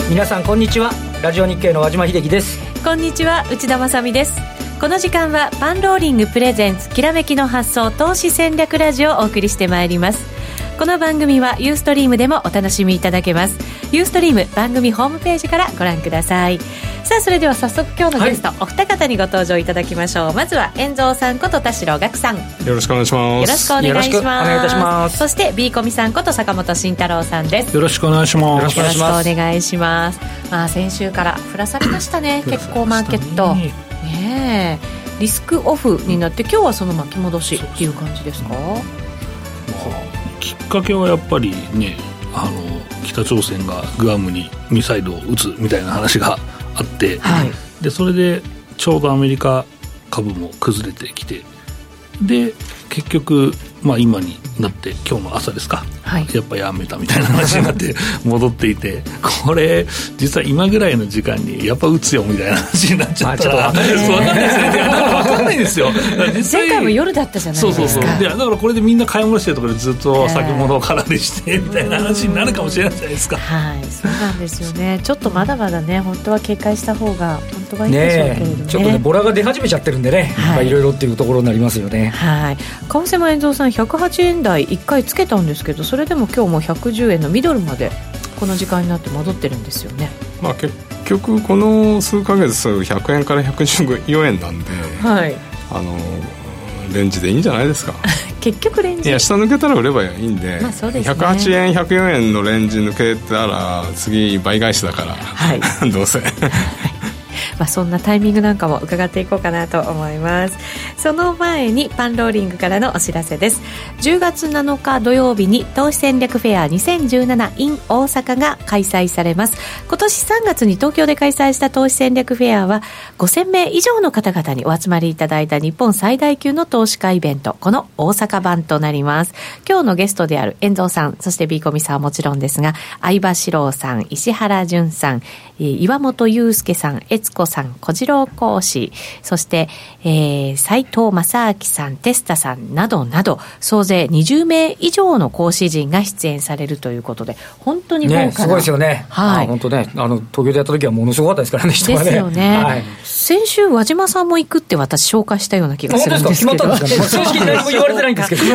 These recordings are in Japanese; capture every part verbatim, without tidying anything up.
皆さんこんにちは。ラジオ日経の和島秀樹です。 こんにちは、内田まさみです。この時間はパンローリングプレゼンツきらめきの発想投資戦略ラジオをお送りしてまいります。この番組はユーストリームでもお楽しみいただけます。ユーストリーム番組ホームページからご覧ください。さあ、それでは早速今日のゲスト、はい、お二方にご登場いただきましょう。まずは遠蔵さんこと田代岳さん、 よろしくお願いします。 よろしくお願いします。 お願いいたします。 そして B コミさんこと坂本慎太郎さんです。 よろしくお願いします。 よろしくお願いします。まあ、先週から降らされましたね結構マーケットねえ、リスクオフになって今日はその巻き戻しっていう感じですか？ きっかけはやっぱりね、あの北朝鮮がグアムにミサイルを撃つみたいな話があって、はい、でそれでちょうどアメリカ株も崩れてきて、で結局、まあ、今になって今日の朝ですか、はい、やっぱやめたみたいな話になって戻っていて、これ実は今ぐらいの時間にやっぱ打つよみたいな話になっちゃったら、まあ、ちょっと分かんないですね。分かんないですよ。実際前回も夜だったじゃないですか。 そうそうそう。でだからこれでみんな買い物してるところでずっと先物を空でしてみたいな話になるかもしれないじゃないですか。 はい、そうなんですよね。ちょっとまだまだね、本当は警戒した方が本当はいいでしょうけれども ね, ねちょっとねボラが出始めちゃってるんでね、はい、いろいろっていうところになりますよね。 はい。為替も遠蔵さんひゃくはちえん台いっかいつけたんですけど、それでも今日もひゃくじゅうえんのミドルまでこの時間になって戻ってるんですよね。 まあ、結局この数ヶ月ひゃくえんからひゃくじゅうよえんなんで、はい、あのレンジでいいんじゃないですか。結局レンジ、いや下抜けたら売ればいいんで、まあそうですね、ひゃくはちえんひゃくよえんのレンジ抜けたら次倍返しだから、はい、どうせまあ、そんなタイミングなんかも伺っていこうかなと思います。その前にパンローリングからのお知らせです。じゅうがつなのか土曜日に投資戦略フェアにせんじゅうなな in 大阪が開催されます。今年さんがつに東京で開催した投資戦略フェアはごせんめい以上の方々にお集まりいただいた日本最大級の投資家イベント、この大阪版となります。今日のゲストである遠蔵さん、そして B コミさんはもちろんですが、相場志郎さん、石原淳さん、岩本裕介さん、悦子さん、小次郎講師、そして、えー、斉藤正明さん、テスタさんなどなど総勢にじゅうめい以上の講師陣が出演されるということで、本当に豪華な、ね、 すごいですよね。はい、あ本当ね、あの東京でやった時はものすごかったですからね、人がね。ですよね。はい、 先週和島さんも行くって私紹介したような気がするんですけど。 本当ですか？決まったんですかね。正直何も言われてないんですけど。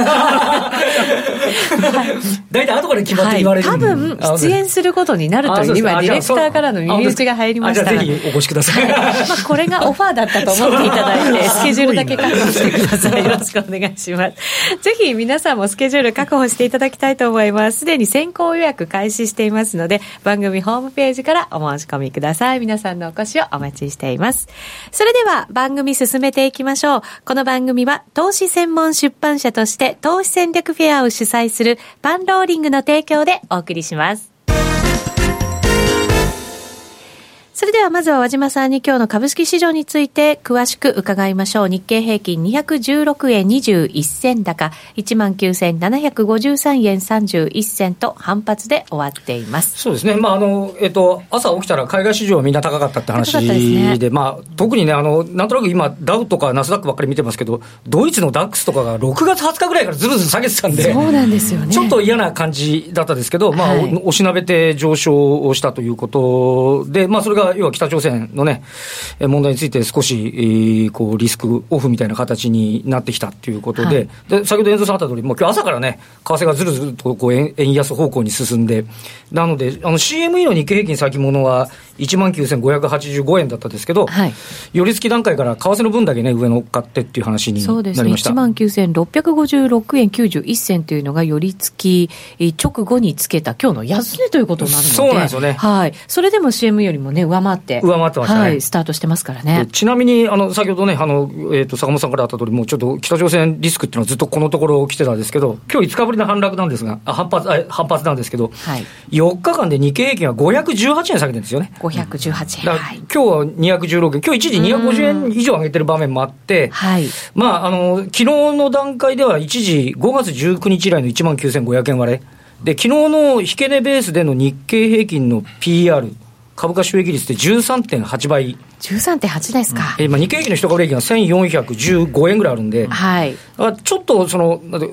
大体後から決まって言われる、はい、多分出演することになるという今ディレクターからの耳打ちが入りました。 じゃあぜひお越しください。 まあ、これがオファーだったと思っていただいてスケジュールだけ確保してください。よろしくお願いします。ぜひ皆さんもスケジュール確保していただきたいと思います。すでに先行予約開始していますので、番組ホームページからお申し込みください。皆さんのお越しをお待ちしています。それでは番組進めていきましょう。この番組は投資専門出版社として投資戦略フェアを主催するパンローリングの提供でお送りします。それではまずは和島さんに今日の株式市場について詳しく伺いましょう。日経平均にひゃくじゅうろくえんにじゅういっせん高 いちまんきゅうせんななひゃくごじゅうさんえんさんじゅういっせんと反発で終わっています。 そうですね、まああのえっと、朝起きたら海外市場はみんな高かったって話 で, で、ね、まあ、特にねあのなんとなく今ダウとかナスダックばっかり見てますけど、ドイツのダックスとかがろくがつはつかぐらいからずるずる下げてたんで、 そうなんですよね、 ちょっと嫌な感じだったんですけど、まあ、はい、押しなべて上昇をしたということで、まあ、それが要は北朝鮮のね問題について少し、えー、こうリスクオフみたいな形になってきたということで、はい、で先ほど遠藤さんあった通り、もう今日朝からね為替がずるずるとこう 円, 円安方向に進んで、なのであの シーエムイー の日経平均先物はいちまんきゅうせんごひゃくはちじゅうごえんだったんですけど、はい、寄り付き段階から為替の分だけね上乗っかってっていう話になりました。そうですね、いちまんきゅうせんろっぴゃくごじゅうろくえんきゅうじゅういっせんというのが寄り付き直後につけた今日の安値ということになるので、 そうなんですよね、 はい、それでも シーエムイー よりもね上回って上回ってましたね、はい、 スタートしてますからね。 ちなみにあの先ほどねあの、えー、と坂本さんからあった通り、もうちょっと北朝鮮リスクっていうのはずっとこのところ来てたんですけど、今日いつかぶりの反落なんですがあ反発あ反発なんですけど、はい、よっかかんで日経平均はごひゃくじゅうはちえん下げてるんですよね。 ごひゃくじゅうはちえん、 だから今日はにひゃくじゅうろくえん、今日一時にひゃくごじゅうえん以上上げてる場面もあって、はい、まああの昨日の段階では一時ごがつじゅうくにち以来のいちまんきゅうせんごひゃくえん割れで、昨日の引け値ベースでの日経平均の ピーアール 株価収益率って じゅうさんてんはちばい、 じゅうさんてんはち ですか、 うん、えーまあ、日経平均の一株平均がせんよんひゃくじゅうごえんぐらいあるんで、はい、ちょっとその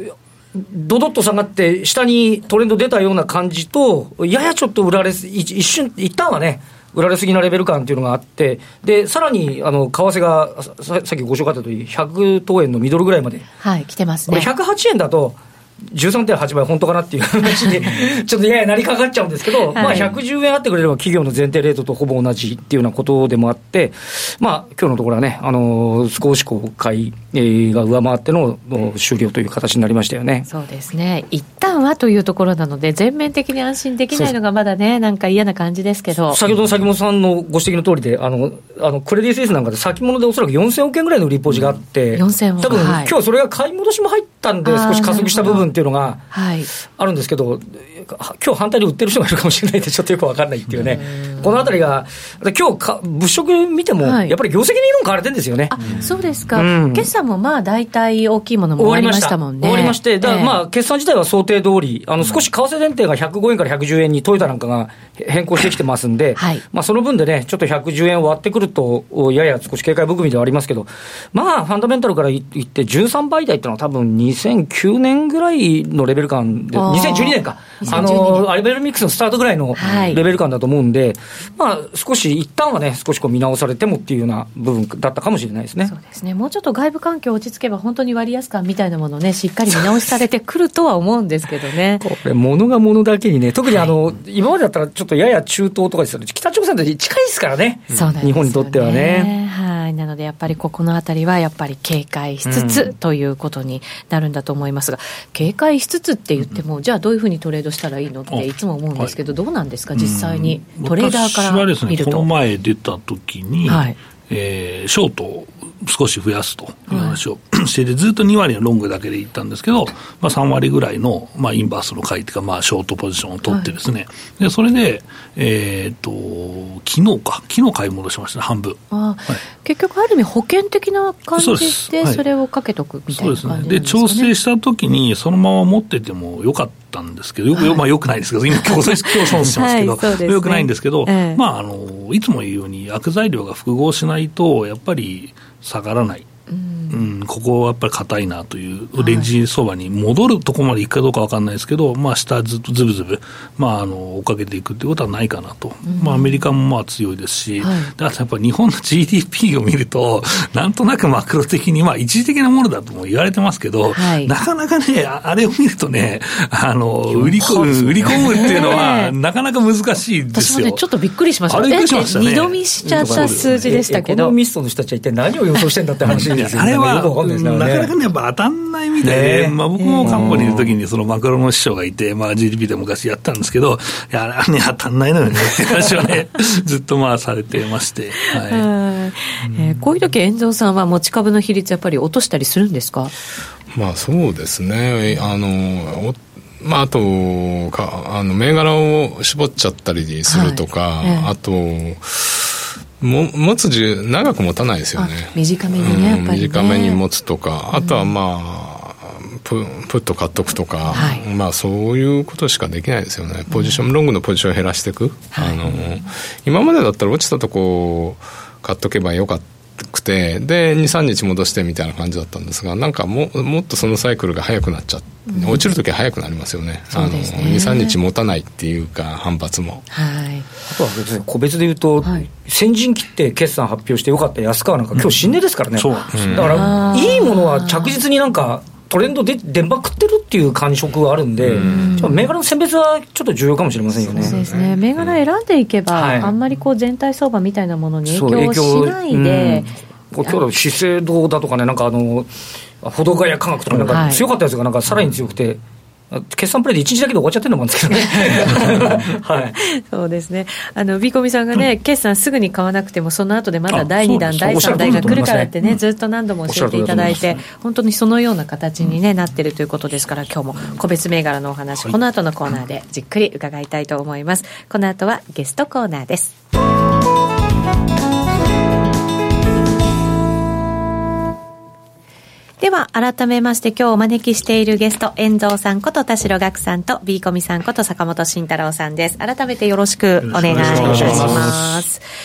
ドドッと下がって下にトレンド出たような感じと、ややちょっと売られす一瞬一旦はね売られすぎなレベル感っていうのがあって、でさらにあの為替が さ, さっきご紹介したとおりひゃくとうえんのミドルぐらいまで、 はい、来てますね。 これひゃくはちえんだと じゅうさんてんはち 倍本当かなっていう話にちょっとややなりかかっちゃうんですけど、はい、まあひゃくじゅうえんあってくれれば企業の前提レートとほぼ同じっていうようなことでもあって、まあ今日のところはね、あのー、少しこう買いが上回っての終了という形になりましたよね。 そうですね、一旦はというところなので全面的に安心できないのがまだね、なんか嫌な感じですけど、 先ほどの先物さんのご指摘の通りで、あのあのクレディ・スイスなんかで先物でおそらくよんせんおくえんぐらいのリポジがあって、うん、よんせんおく多分、はい、今日それが買い戻しも入ったんで少し加速した部分っていうのがあるんですけど、今日反対に売ってる人がいるかもしれないんでちょっとよく分かんないっていうね、うこのあたりが今日か物色見てもやっぱり業績に論買われてるんですよね、 はい、あそうですか、うん、決算もまあ大体大きいものも終わりましたもんね。 終わりまして、だからまあ決算自体は想定通り、あの少し為替前提がひゃくごえんからひゃくじゅうえんにトヨタなんかが変更してきてますんで、はい、まあその分でねちょっとひゃくじゅうえん割ってくるとやや少し警戒含みではありますけど、まあファンダメンタルから言ってじゅうさんばい台ってのは多分にせんきゅうねんぐらいのレベル感で、にせんじゅうにねんか、あのアリベルミックスのスタートぐらいのレベル感だと思うんで、はい、まあ少し一旦はね少しこう見直されてもっていうような部分だったかもしれないですね。 そうですね、もうちょっと外部環境落ち着けば本当に割安感みたいなものをねしっかり見直しされてくるとは思うんですけどねこれ物が物だけにね、特にあの、はい、今までだったらちょっとやや中東とかですよね、北朝鮮と近いですからね、うん、そうなんですよね、日本にとってはね、 はい、なのでやっぱりここのあたりはやっぱり警戒しつつ、うん、ということになるんだと思いますが、警戒しつつって言っても、うん、じゃあどういうふうにトレードしたらいいのっていつも思うんですけど、どうなんですか実際にトレーダーから見ると。 私はですね、この前出た時に、はい、えー、ショートを少し増やすという話をしていて、ずっとにわりのロングだけでいったんですけど、まあ、さんわりぐらいの、まあ、インバースの買いというか、まあ、ショートポジションを取ってですね、はい、でそれで、えー、と昨日か昨日買い戻しましたね、半分。あ、 はい、結局ある意味保険的な感じでそれをかけとくみたいな感じなんですかね。 で調整した時にそのまま持っててもよかったんですけど、よく、はい、まあ、よくないですけど、今今日今日損してますけど、はい、ね、よくないんですけど、えーまあ、あのいつも言うように悪材料が複合しないとやっぱり下がらない、うんうん、ここはやっぱり硬いなというレンジ相場に戻るところまでいくかどうか分かんないですけど、まあ、下ずっとずぶずぶ、まあ、あの追っかけていくということはないかなと、うん、まあ、アメリカもまあ強いですし、はい、だからやっぱり日本の ジーディーピー を見るとなんとなくマクロ的に、まあ、一時的なものだとも言われてますけど、はい、なかなかね あ, あれを見るとね、あの売り込む売り込むっていうのはなかなか難しいですよ。 私もねちょっとびっくりしました。 あれびっくりしましたね。 二度見しちゃった数字でしたけど、 エコノミストの人たちは一体何を予想してんだって話ですよね。 あれはなかなかねやっぱ当たんないみたいで、ね、まあ、僕もカンボにいるときにそのマクロの師匠がいて、まあ、ジーディーピー で昔やったんですけど、いやあれね当たんないのよねって話はねずっとまあされてまして、はい、 えー、こういう時遠藤さんは持ち株の比率やっぱり落としたりするんですか。 まあそうですね、あのまあ、あとかあの銘柄を絞っちゃったりするとか、はい、えー、あとも持つ時長く持たないですよね。 短めにね、やっぱりね、 短めに持つとか、あとはまあプ, プッと買っとくとか、はい、まあそういうことしかできないですよね。ポジション、ロングのポジションを減らしていく、はい、あの今までだったら落ちたとこ買っとけばよかったくて、で にさんにち戻してみたいな感じだったんですが、なんか も, もっとそのサイクルが早くなっちゃって、うん、落ちるときは早くなりますよね。 そうですね、 あの にさんにち持たないっていうか反発も、 はい、 あとは別に個別で言うと、はい、先陣切って決算発表してよかった安川なんか今日新値ですからね、うん、そう、うん、だからいいものは着実になんかトレンドで電波食ってるっていう感触があるんで、うん、銘柄の選別はちょっと重要かもしれませんよね。 そうですね、銘柄選んでいけば、はい、あんまりこう全体相場みたいなものに影響しないで、 今日の資生堂だとかね、なんかあの保土ヶ谷化学とかなんか強かったやつがなんかさらに強くて、はい、決算プレイでいちにちだけで終わっちゃってるのもあるんですけどねはい、そうですね、 あのビーコミさんがね、うん、決算すぐに買わなくてもその後でまだだいにだんだいさんだんが来るからってね、ずっと何度も教えていただいて、本当にそのような形に、ね、なってるということですから、今日も個別銘柄のお話、はい、この後のコーナーでじっくり伺いたいと思います。この後はゲストコーナーです。では改めまして今日お招きしているゲスト、遠藤さんこと田代岳さんと ビーコミさんこと坂本慎太郎さんです。改めてよろしくお願いいたします。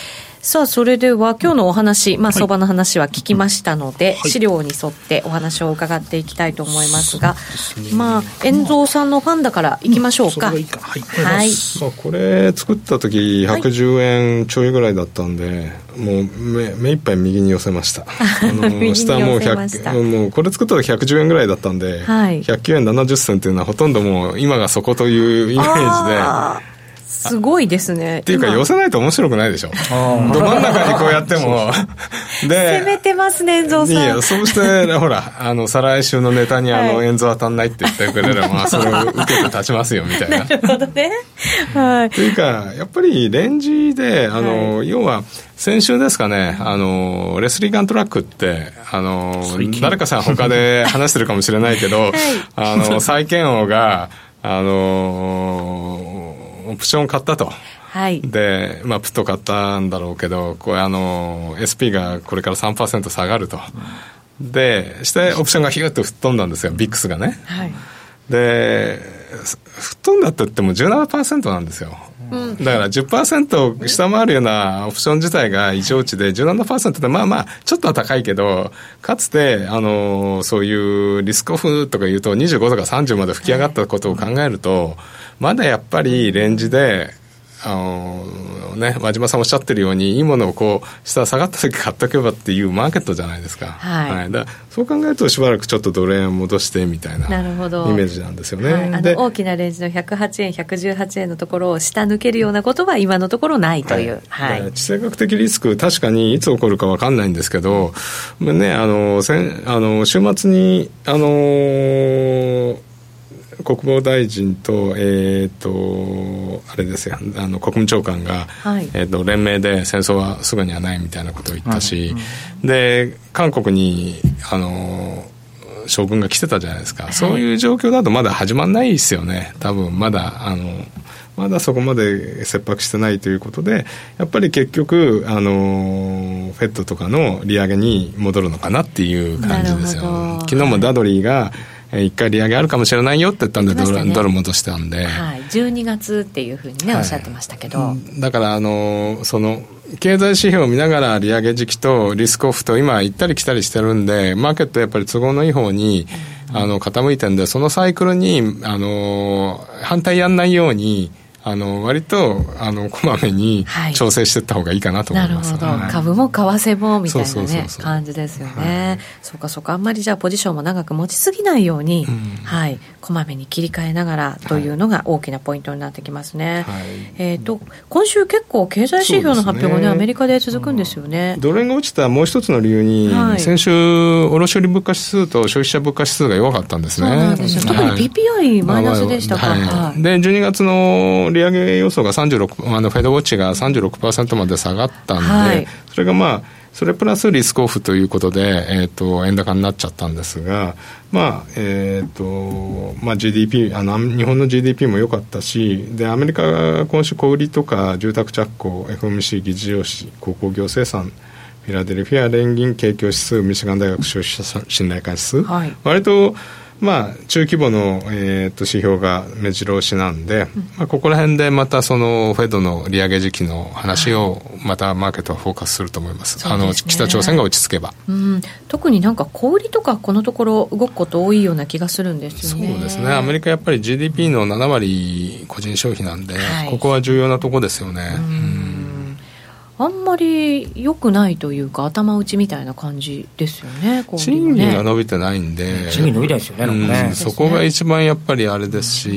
さあそれでは今日のお話、まあ、相場の話は聞きましたので、はい、資料に沿ってお話を伺っていきたいと思いますが、す、ね、まあ遠蔵さんのファンだからいきましょうか、うん、それがいいか、はい、はい、 まあ、これ作った時ひゃくじゅうえんちょいぐらいだったんで、はい、もう 目, 目いっぱい右に寄せましたあの下もうひゃくもうこれ作った時ひゃくじゅうえんぐらいだったんで、はい、ひゃくきゅうえんななじゅっせんっていうのはほとんどもう今がそこというイメージですごいですね。 っていうか寄せないと面白くないでしょ。ど真ん中にこうやってもで攻めてますね遠蔵さん。 いやそうしてほらあの再来週のネタにあの、はい、遠蔵当たんないって言ってくれれば、まあ、それを受けて立ちますよみたいな。 なるほどね。はい。 というかやっぱりレンジであの、はい、要は先週ですかねあのレスリー・ガントラックってあの誰かさん他で話してるかもしれないけど、はい、あの債券王があのオプション買ったと、はい、で、まあ、プット買ったんだろうけどこれあの エスピー がこれから さんパーセント 下がると、でしてオプションがヒュッと吹っ飛んだんですよビックスがね、はい、で吹っ飛んだって言っても じゅうななパーセント なんですよ、うん、だから じゅっパーセント 下回るようなオプション自体が異常値で じゅうななパーセント ってまあまあちょっとは高いけどかつてあのそういうリスクオフとか言うとにじゅうごとかさんじゅうまで吹き上がったことを考えると、はい、まだやっぱりレンジであのね、和島さんおっしゃってるようにいいものをこう下下がった時買っとけばっていうマーケットじゃないですか、はいはい、だそう考えるとしばらくちょっとドル円戻してみたいなイメージなんですよね、はい、 あの大きなレンジのひゃくはちえんひゃくじゅうはちえんのところを下抜けるようなことは今のところないという、はいはい、 地政学的リスク確かにいつ起こるか分かんないんですけど、ね、あの先あの週末にあのー国防大臣と、えー、とあれですよあの国務長官が、はいえー、と連名で戦争はすぐにはないみたいなことを言ったし、はいうん、で韓国にあの将軍が来てたじゃないですか、はい、そういう状況だとまだ始まんないですよね多分まだあのまだそこまで切迫してないということでやっぱり結局あのフェットとかの利上げに戻るのかなっていう感じですよ。昨日もダドリーが一回利上げあるかもしれないよって言ったんで、ね、ドル、ドル戻したんで、 はい、じゅうにがつっていうふうにね、はい、おっしゃってましたけど、 だからあのその経済指標を見ながら利上げ時期とリスクオフと今行ったり来たりしてるんでマーケットやっぱり都合のいい方に、うん、あの傾いてるんでそのサイクルにあの反対やんないようにあの割とあのこまめに調整していった方がいいかなと思います、 はい、なるほど、はい、株も為替もみたいな、ね、そうそうそうそう感じですよね、はい、そうかそうかあんまりじゃあポジションも長く持ちすぎないように、うんはい、こまめに切り替えながらというのが大きなポイントになってきますね、はいえー、と今週結構経済指標の発表が、ね、アメリカで続くんですよね、 うん、ドル円が落ちたもう一つの理由に、はい、先週卸売物価指数と消費者物価指数が弱かったんですね。 そうなんですよ、特に ピーピーアイ マイナスでしたから、 はいはい、でじゅうにがつの利上げ予想がさんじゅうろくあのフェドウォッチが さんじゅうろくパーセント まで下がったんで、はい、それがまあそれプラスリスクオフということで、えー、と円高になっちゃったんですが、まあえーとまあ、ジーディーピー あの日本の ジーディーピー も良かったしでアメリカが今週小売りとか住宅着工 エフエムシー 議事要旨鉱工業生産フィラデルフィア連銀景況指数ミシガン大学消費者信頼感指数、はい、割とまあ、中規模の、えー、と指標が目白押しなんで、うんまあ、ここら辺でまたそのフェドの利上げ時期の話をまたマーケットはフォーカスすると思います、はい、あの北朝鮮が落ち着けば、 うん、特になんか小売りとかこのところ動くこと多いような気がするんですよね。 そうですねアメリカやっぱり ジーディーピー のななわり個人消費なんで、はい、ここは重要なとこですよね。うんうんあんまり良くないというか頭打ちみたいな感じですよね。 賃金が伸びてないんで賃金伸びないですよね、なんかね、 うん、そこが一番やっぱりあれですし、うん、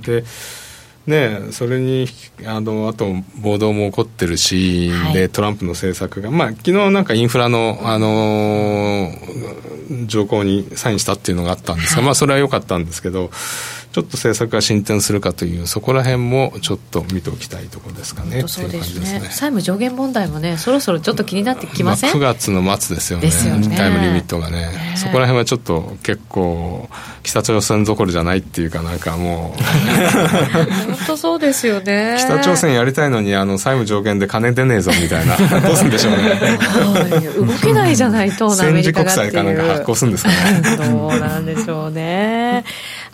でねそれにあのあと暴動も起こってるし、はい、でトランプの政策がまあ昨日なんかインフラのあのー、条項にサインしたっていうのがあったんですが、はい、まあそれは良かったんですけどちょっと政策が進展するかというそこら辺もちょっと見ておきたいところですかね。 そうですね。債務上限問題もねそろそろちょっと気になってきません、まあ、 くがつの末ですよ ね, ですよねタイムリミットが ね, ねそこら辺はちょっと結構北朝鮮どころじゃないっていうかなんかもう本当そうですよね。 北朝鮮やりたいのにあの債務上限で金出ねえぞみたいなどうするんでしょうね動けないじゃないとアメリカがっていう戦時国債かなんか発行するんですかねどうなんでしょうねま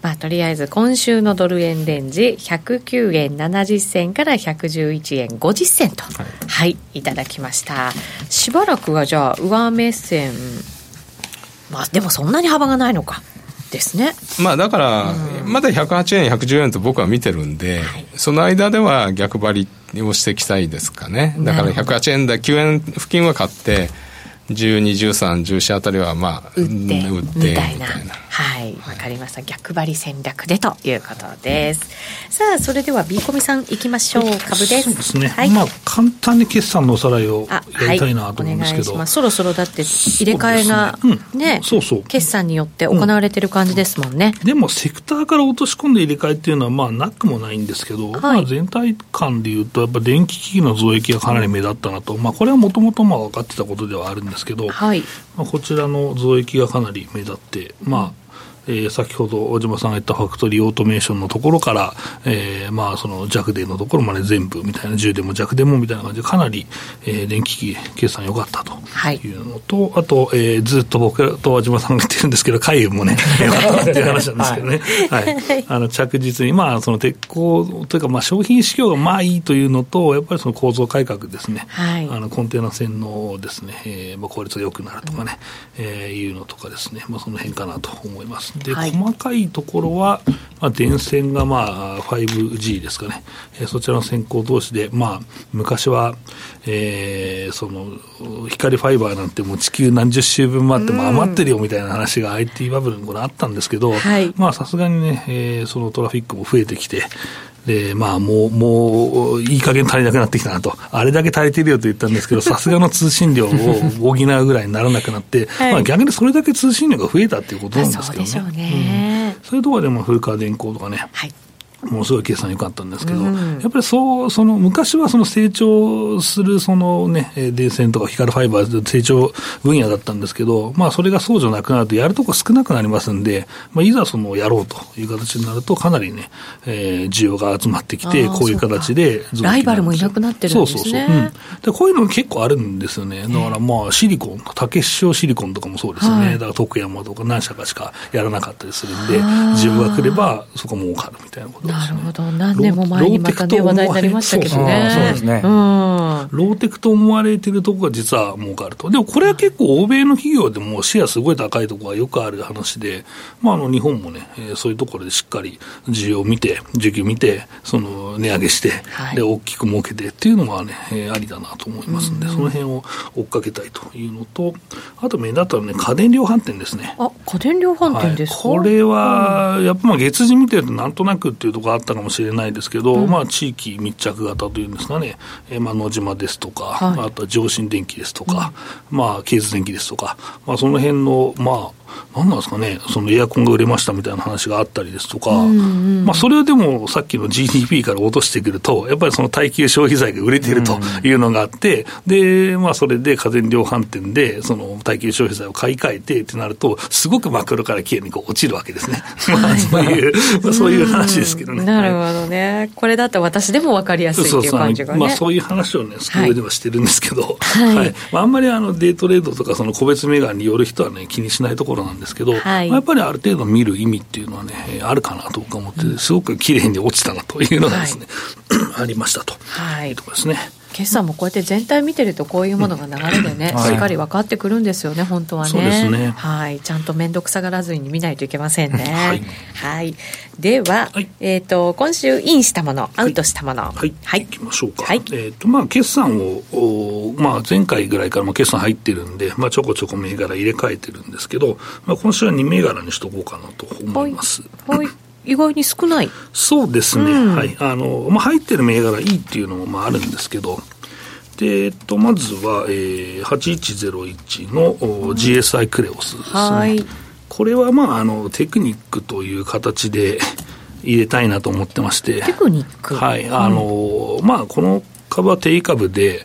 まあ、とりあえず今週のドル円レンジひゃくきゅうえんななじゅっせんからひゃくじゅういちえんごじゅっせんと、はい、はい、いただきました。しばらくはじゃあ上目線、まあでもそんなに幅がないのかですね。 まあだからまだひゃくはちえんひゃくじゅうえんと僕は見てるんで、はい、その間では逆張りをしていきたいですかね。だからひゃくはちえん台きゅうえん付近は買ってじゅうに、じゅうさん、じゅうよんあたりはまあ売って、 売ってみたいな、はい、わかりました。逆張り戦略でということです、うん、さあそれでは B コミさんいきましょう。株です。 そうですね、はい、まあ簡単に決算のおさらいをやりたいなと思うんですけど、 はい、お願いします。そろそろだって入れ替えが ね, ね、うん、そうそう決算によって行われてる感じですもんね、 うん、でもセクターから落とし込んで入れ替えっていうのはまあなくもないんですけど、はい、まあ、全体感でいうとやっぱ電気機器の増益がかなり目立ったなと、まあ、これはもともと分かってたことではあるんですけど、はい、まあ、こちらの増益がかなり目立って、まあえー、先ほど小島さんが言ったファクトリーオートメーションのところから、えー、まあその弱電のところまで全部みたいな、充電も弱電もみたいな感じでかなり、えー、電気機器決算良かったというのと、はい、あと、えー、ずっと僕と小島さんが言ってるんですけど海運もね良かったっていう話なんですけどね、はいはい、あの着実にまあその鉄鋼というかまあ商品市況がまあいいというのと、やっぱりその構造改革ですね、はい、あのコンテナ船のですね、えーまあ、効率が良くなるとかね、うん、えー、いうのとかですね、まあ、その辺かなと思います。で、はい、細かいところは、まあ、電線がまあ ファイブジー ですかね、えー、そちらの先行投資で、まあ、昔は、えー、その光ファイバーなんてもう地球何十周分もあっても余ってるよみたいな話が アイティー バブルの頃あったんですけど、はい、まあさすがにね、えー、そのトラフィックも増えてきて、でまあ、もう、もういい加減足りなくなってきたなと、あれだけ足りてるよと言ったんですけど、さすがの通信量を補うぐらいにならなくなって、はい、まあ、逆にそれだけ通信量が増えたっていうことなんですけどね。そうでしょうね、うん、そういうところでも古川電工とかね、はい、ものすごい計算良かったんですけど、うん、やっぱりそうその昔はその成長するその、ね、電線とか光ファイバー成長分野だったんですけど、まあ、それがそうじゃなくなるとやるとこ少なくなりますんで、まあ、いざそのやろうという形になるとかなりね、えー、需要が集まってきて、こういう形でライバルもいなくなってるんですね。そうそうそう、うん、でこういうの結構あるんですよね。だからまあシリコン、竹師シリコンとかもそうですよね、はい、だから徳山とか何社かしかやらなかったりするんで、需要が来ればそこ儲かるみたいなことですね。なるほど、 何年も前にまたね話題になりましたけどね。 そうですね、うん、ローテクと思われているところが実は儲かると。でもこれは結構欧米の企業でもシェアすごい高いところがよくある話で、まあ、あの日本もね、えー、そういうところでしっかり需要を見て需給見てその値上げして、はい、で大きく儲けてっていうのがね、えー、ありだなと思いますんで、うん、その辺を追っかけたいというのと、あと目立ったらね家電量販店ですね。 あ、家電量販店ですか。 はい、これはやっぱまあ月次見てるとなんとなくっていうところあったかもしれないですけど、うん、まあ、地域密着型というんですかね、えーまあ、野島ですとか、はい、あとは上信電機ですとか、うん、まあ、ケーズ電機ですとか、まあ、その辺のまあ何なんですかね、そのエアコンが売れましたみたいな話があったりですとか、うんうん、まあ、それはでもさっきの ジーディーピー から落としてくるとやっぱりその耐久消費財が売れているというのがあって、うん、で、まあ、それで家電量販店でその耐久消費財を買い替えてってなるとすごくマクロから綺麗にこう落ちるわけですね。まあ、そういう、まあ、そういう話ですけどね。 なるほどね。これだと私でも分かりやすいっていう感じがね。 そうそう、まあ、そういう話をねスクールではしてるんですけど、はいはい、まあ、あんまりあのデイトレードとかその個別銘柄による人はね気にしないところなんですけど、はい、やっぱりある程度見る意味っていうのはねあるかなと僕は思ってて、すごく綺麗に落ちたなというのがですね、はい、ありましたと、はい、いうところですね。 決算もこうやって全体見てるとこういうものが流れでね、うん、しっかり分かってくるんですよね、本当はね。 そうですね、 はい、ちゃんと面倒くさがらずに見ないといけませんね。はい、はい、では、はい、えーと、今週インしたもの、アウトしたもの、はい、 はい、いきましょうか。はい、えーとまあ、決算を、まあ、前回ぐらいからも決算入ってるんで、まあ、ちょこちょこ銘柄入れ替えてるんですけど、まあ、今週はに銘柄にしとこうかなと思います。 はい、意外に少ない。 そうですね、うん、はい、あのまあ、入ってる銘柄いいっていうのもまああるんですけど、でえっと、まずは、えー、はちいちゼロいちの ジーエスアイ クレオスですね。はい、これは、まあ、あのテクニックという形で入れたいなと思ってまして。 テクニック、 はい、あの、うん、まあ、この株は定位株で、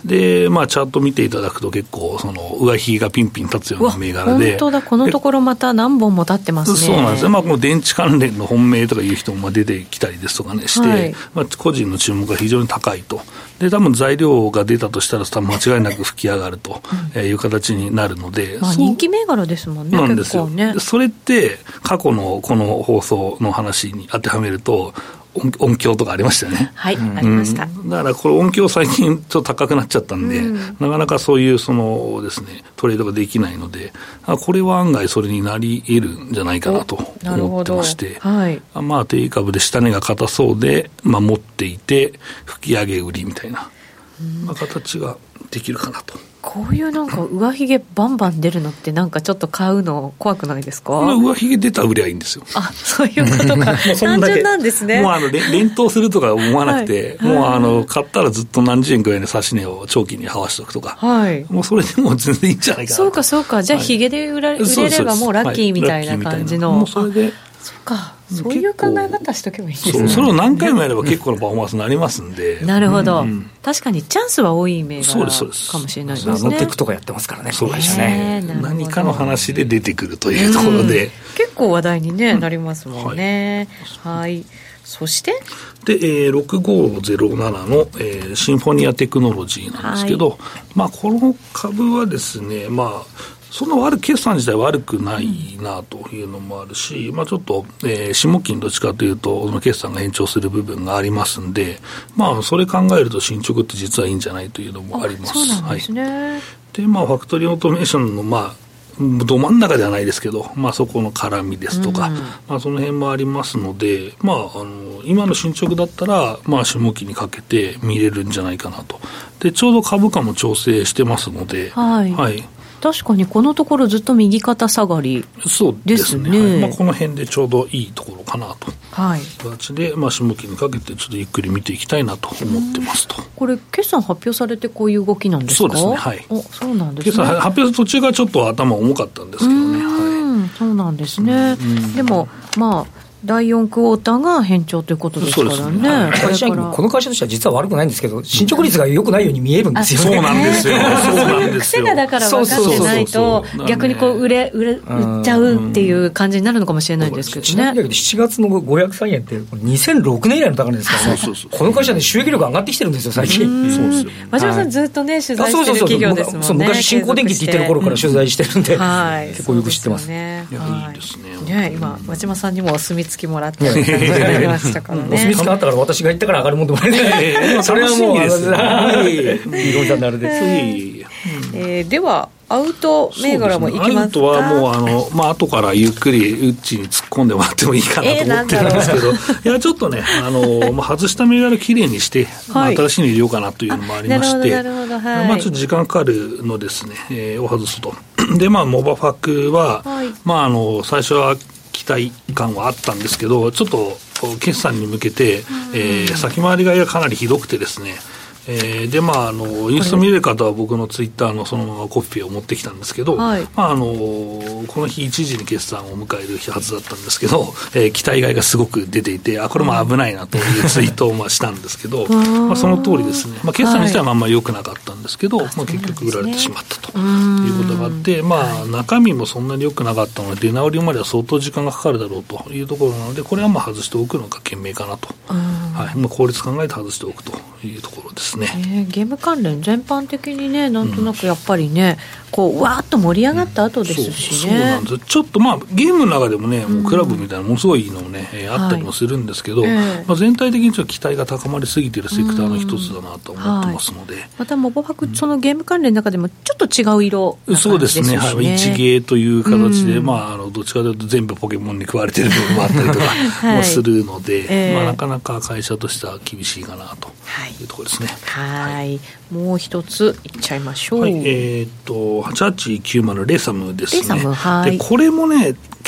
で、まあ、チャート見ていただくと結構その上髭がピンピン立つような銘柄で、 本当だ、このところまた何本も立ってますね。 そうなんですね、まあ、この電池関連の本命とかいう人も出てきたりですとかねして、はい、まあ、個人の注目が非常に高いと。で多分材料が出たとしたら多分間違いなく吹き上がるという形になるので、 まあ、人気銘柄ですもんね。 なんですよ、 結構ね。 それって過去のこの放送の話に当てはめると音, 音響とかありましたよね。 はい、うん、ありました。 だからこれ音響最近ちょっと高くなっちゃったんで、うん、なかなかそういうそのですねトレードができないので、これは案外それになり得るんじゃないかなと思ってまして、はい、まあ定株で下値が硬そうで、まあ、持っていて吹き上げ売りみたいな、まあ、形ができるかなと。 こういうなんか上髭バンバン出るのってなんかちょっと買うの怖くないですか？ 上髭出たら売りゃいいんですよ。 あ、そういうことか。単純なんですね。 もうあの連投するとか思わなくて、はい、もうあの買ったらずっと何十円くらいの指し値を長期にはわしておくとか、はい、もうそれでもう全然いいんじゃないかなと。 そうかそうか。じゃあ髭で売ら、はい、売れればもうラッキーみたいな感じの、はい、 もうそれで。 そっか、そういう考え方しとけばいいですね。 そう、それを何回もやれば結構のパフォーマンスになりますんで。 なるほど、うん、確かにチャンスは多い銘柄かもしれないですね。 ナノテクとかやってますからね。 そうですね。何かの話で出てくるというところで、うん、 結構話題に、ね、なりますもんね、はい、はい。そしてで、えー、ろくごゼロななの、えー、シンフォニアテクノロジーなんですけど、はい、まあ、この株はですね、まあそんな悪決算自体悪くないなというのもあるし、うん、まあ、ちょっと、えー、下期どっちかというとその決算が延長する部分がありますんで、まあ、それ考えると進捗って実はいいんじゃないというのもあります。 そうなんですね。 はい、で、まあ、ファクトリーオートメーションのまあど真ん中ではないですけど、まあ、そこの絡みですとか、うん、まあ、その辺もありますので、まあ、あの今の進捗だったら、まあ、下期にかけて見れるんじゃないかなと。でちょうど株価も調整してますので、はい、はい、 確かにこのところずっと右肩下がりですね。 そうですね、はい、まあ、この辺でちょうどいいところかなと、はい、形で、まあ、下期にかけてちょっとゆっくり見ていきたいなと思ってますと。 これ決算発表されてこういう動きなんですか？ そうですね、はい、 お、そうなんですね。 決算発表途中がちょっと頭重かったんですけどね、はい、 そうなんですね。でもまあだいよんクォーターが偏重ということですからね。ね、 会社員この会社としては実は悪くないんですけど、進捗率が良くないように見えるんですよね。 そうなんですよ。そうなんですよ。 癖がだから分かってないと逆にこう売れ売れ売っちゃうっていう感じになるのかもしれないですけどね。 ちなみにだけどしちがつのごひゃくさんえんってにせんろくねん以来の高値ですからね。そうそうそう、この会社で収益力上がってきてるんですよ最近。そうですよ。 真島さんずっとね取材してる企業ですもんね。 そう、昔新興電機って言ってる頃から取材してるんで、はい、結構よく知ってます。 いや、いいですね。 ね、今真島さんにもお墨付きもらってる感じになりましたからね。 お墨付きがあったから私が言ったから上がるもんでもないです。それはもういいろんなあれです。 えー、ではアウト銘柄もいきますか？ アウトはもうあの、まあ後からゆっくりうちに突っ込んでもらってもいいかなと思ってるんですけど、えー、いやちょっとね、あの、まあ、外した銘柄きれいにして、はい、まあ、新しいの入れようかなというのもありまして、はい、まあ、ちょっと時間かかるのですね、えー、を外すと。で、まあモバファクは、はい、まああの最初は期待感はあったんですけど、ちょっと決算に向けて、えー、先回り買いがかなりひどくてですね、えー、でまああのインスト見れる方は僕のツイッターのそのままコピーを持ってきたんですけど、はい、まあ、あのこの日一時に決算を迎えるはずだったんですけど、えー、期待外がすごく出ていて、あこれも危ないなというツイートをまあしたんですけどまあその通りですね、まあ、決算にしてはあんまり良くなかったんですけど、はい、まあ、結局売られてしまったということがあって、まあ、中身もそんなに良くなかったので出直りまでは相当時間がかかるだろうというところなので、これはまあ外しておくのが賢明かなと、はい、まあ、効率考えて外しておくというところですね。 えー、ゲーム関連全般的にね、なんとなくやっぱりね、うん、こうわーっと盛り上がった後ですしね、うん、そう、そうなんです。ちょっとまあゲームの中でもね、もうクラブみたいなものすごいのね、うん、えー、あったりもするんですけど、はい、えーまあ、全体的にちょっと期待が高まりすぎているセクターの一つだなと思ってますので、うん、はい、またモバファク、そのゲーム関連の中でもちょっと違う色な感じですしね。 そうですね、はい、一芸という形で、うん、まあ、あのどっちかというと全部ポケモンに食われている部分もあったりとかもするので、はい、えーまあ、なかなか会社としては厳しいかなというところですね。 はい、はい、もう一ついっちゃいましょう。 はい、えー、っとはちはちきゅうまるレーサムですね。 レーサム、はい、 でこれもね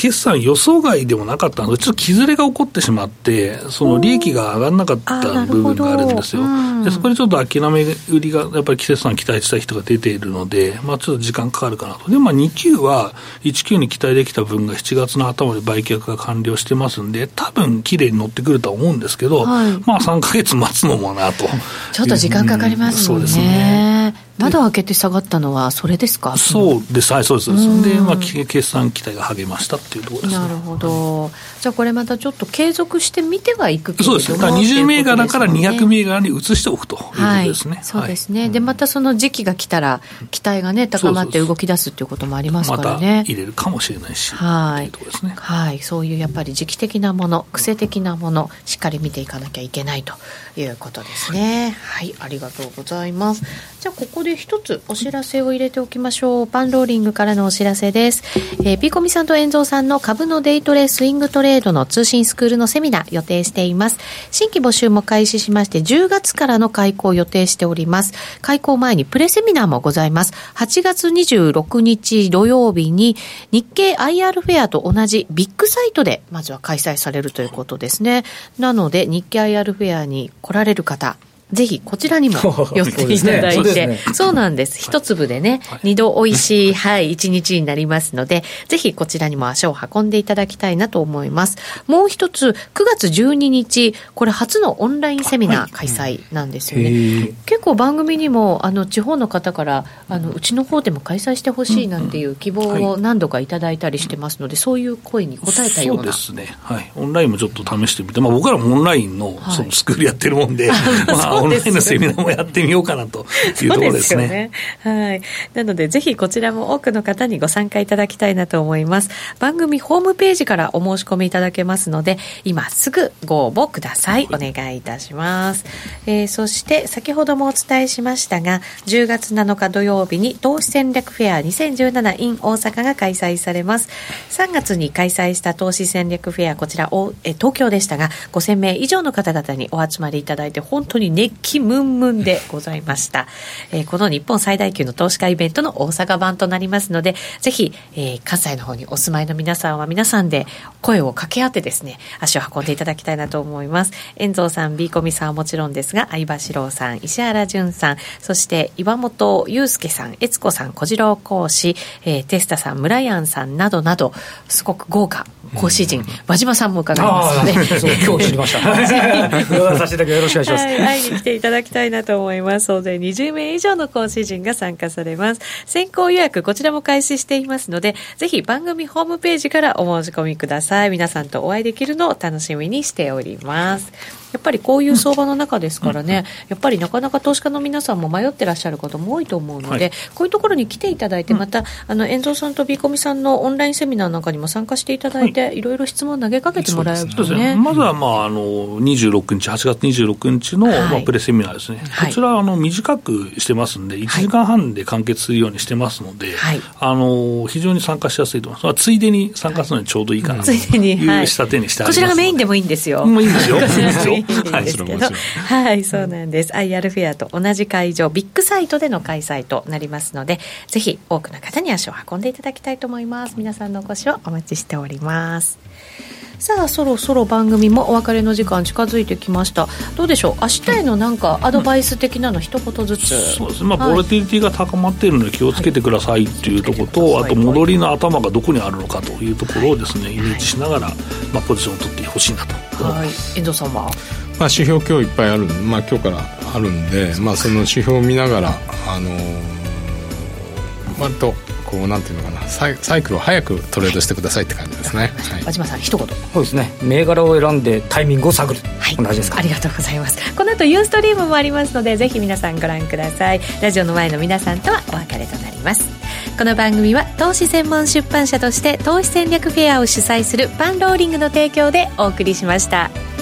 決算予想外でもなかったのでちょっと木ずれが起こってしまってその利益が上がらなかった部分があるんですよ、うん、でそこでちょっと諦め売りがやっぱり季節さん期待した人が出ているので、まあ、ちょっと時間かかるかなと。で、まあ、に級はいち級に期待できた分がしちがつの頭で売却が完了してますんで多分きれいに乗ってくるとは思うんですけど、はい、まあさんかげつ待つのもなとちょっと時間かかりますもんね、うん、そうですね。窓開けて下がったのはそれですか？ そうです、はい、そうです。それで、まあ、決算期待が励ましたっていうところですね。 なるほど。じゃあこれまたちょっと継続して見てはいくけれども、 そうです。だからにじゅう銘柄からにひゃく銘柄に移しておくということですね。 はい、そうですね、はい、でまたその時期が来たら期待がね高まって動き出すっていうこともありますからね。 また入れるかもしれないし、 はい、 というところですね。 はい、そういうやっぱり時期的なもの癖的なものしっかり見ていかなきゃいけないということですね。はい、ありがとうございます。じゃあここで一つお知らせを入れておきましょう。パンローリングからのお知らせです。えー、ピーコミさんと遠蔵さんの株のデイトレスイングトレードの通信スクールのセミナー予定しています。新規募集も開始しましてじゅうがつからの開講を予定しております。開講前にプレセミナーもございます。はちがつにじゅうろくにち土曜日に日経 アイアール フェアと同じビッグサイトでまずは開催されるということですね。なので日経 アイアール フェアに来られる方ぜひこちらにも寄っていただいて そうですね、そうなんです。一粒でね、はい、二度おいしい、はい、一日になりますので、ぜひこちらにも足を運んでいただきたいなと思います。もう一つ、くがつじゅうににち、これ初のオンラインセミナー開催なんですよね。はい、結構番組にもあの地方の方からあのうちの方でも開催してほしいなんていう希望を何度かいただいたりしてますので、そういう声に応えたような。 そうですね。はい。オンラインもちょっと試してみて、まあ僕らもオンラインのそのスクールやってるもんで、はいまあオンラインのセミナーもやってみようかなというところですね。そうですよね。はい。なのでぜひこちらも多くの方にご参加いただきたいなと思います。番組ホームページからお申し込みいただけますので、今すぐご応募ください。お願いいたします。えー、そして先ほどもお伝えしましたが、じゅうがつなのか土曜日に投資戦略フェアにせんじゅうなな in 大阪が開催されます。さんがつに開催した投資戦略フェア、こちらおえ東京でしたが、ごせんめい以上の方々にお集まりいただいて本当に熱気ムンムンでございました。えー、この日本最大級の投資家イベントの大阪版となりますので、ぜひ、えー、関西の方にお住まいの皆さんは皆さんで声を掛け合ってですね、足を運んでいただきたいなと思います。遠蔵さん、ビーコミさんはもちろんですが、相場志郎さん、石原淳さん、そして岩本裕介さん、悦子さん、小次郎講師、えー、テスタさん、村山さんなどなど、すごく豪華講師陣、和島さんも伺いますので、 今日知りました。伺させていただきよろしくお願いします。 はい、会いに来ていただきたいなと思います。総勢にじゅうめい以上の講師陣が参加されます。先行予約こちらも開始していますので、ぜひ番組ホームページからお申し込みください。皆さんとお会いできるのを楽しみにしております。やっぱりこういう相場の中ですからね、うん、やっぱりなかなか投資家の皆さんも迷ってらっしゃる方も多いと思うので、はい、こういうところに来ていただいて、また、うん、あの遠蔵さんとビーコミさんのオンラインセミナーなんかにも参加していただいて、はい、いろいろ質問を投げかけてもらえるとね。 まずは、まあ、あのにじゅうろくにちはちがつにじゅうろくにちの、はいまあ、プレセミナーですね、はい、こちらあの短くしてますんでいちじかんはんで完結するようにしてますので、はい、あの非常に参加しやすいと思います。まあ、ついでに参加するのにちょうどいいかなという仕立てにしてあります、はい、 こちらがメインでもいいんですよ。 もういいんですよ。こちらがメインでいいんですけど、はい、そうなんです。 アイアール フェアと同じ会場、ビッグサイトでの開催となりますので、ぜひ多くの方に足を運んでいただきたいと思います。皆さんのお越しをお待ちしております。さあそろそろ番組もお別れの時間近づいてきました。どうでしょう、明日へのなんかアドバイス的なの一言ずつ、うん、 そうですね、まあ、ボラティリティが高まっているので気をつけてくださいというところと、はい、あと戻りの頭がどこにあるのかというところをですね、はい、イメージしながら、まあ、ポジションを取ってほしいなと思います。 はい、遠藤さんは、 まあ、指標今日いっぱいある、まあ、今日からあるんで、まあ、その指標を見ながら、あのー、割とこうなんていうのかな、サイ、サイクルを早くトレードしてくださいって感じですね。 はい、和島さん一言。 そうですね、銘柄を選んでタイミングを探る、はい、同じですか。 ありがとうございます。この後ユーストリームもありますので、ぜひ皆さんご覧ください。ラジオの前の皆さんとはお別れとなります。この番組は投資専門出版社として投資戦略フェアを主催するパンローリングの提供でお送りしました。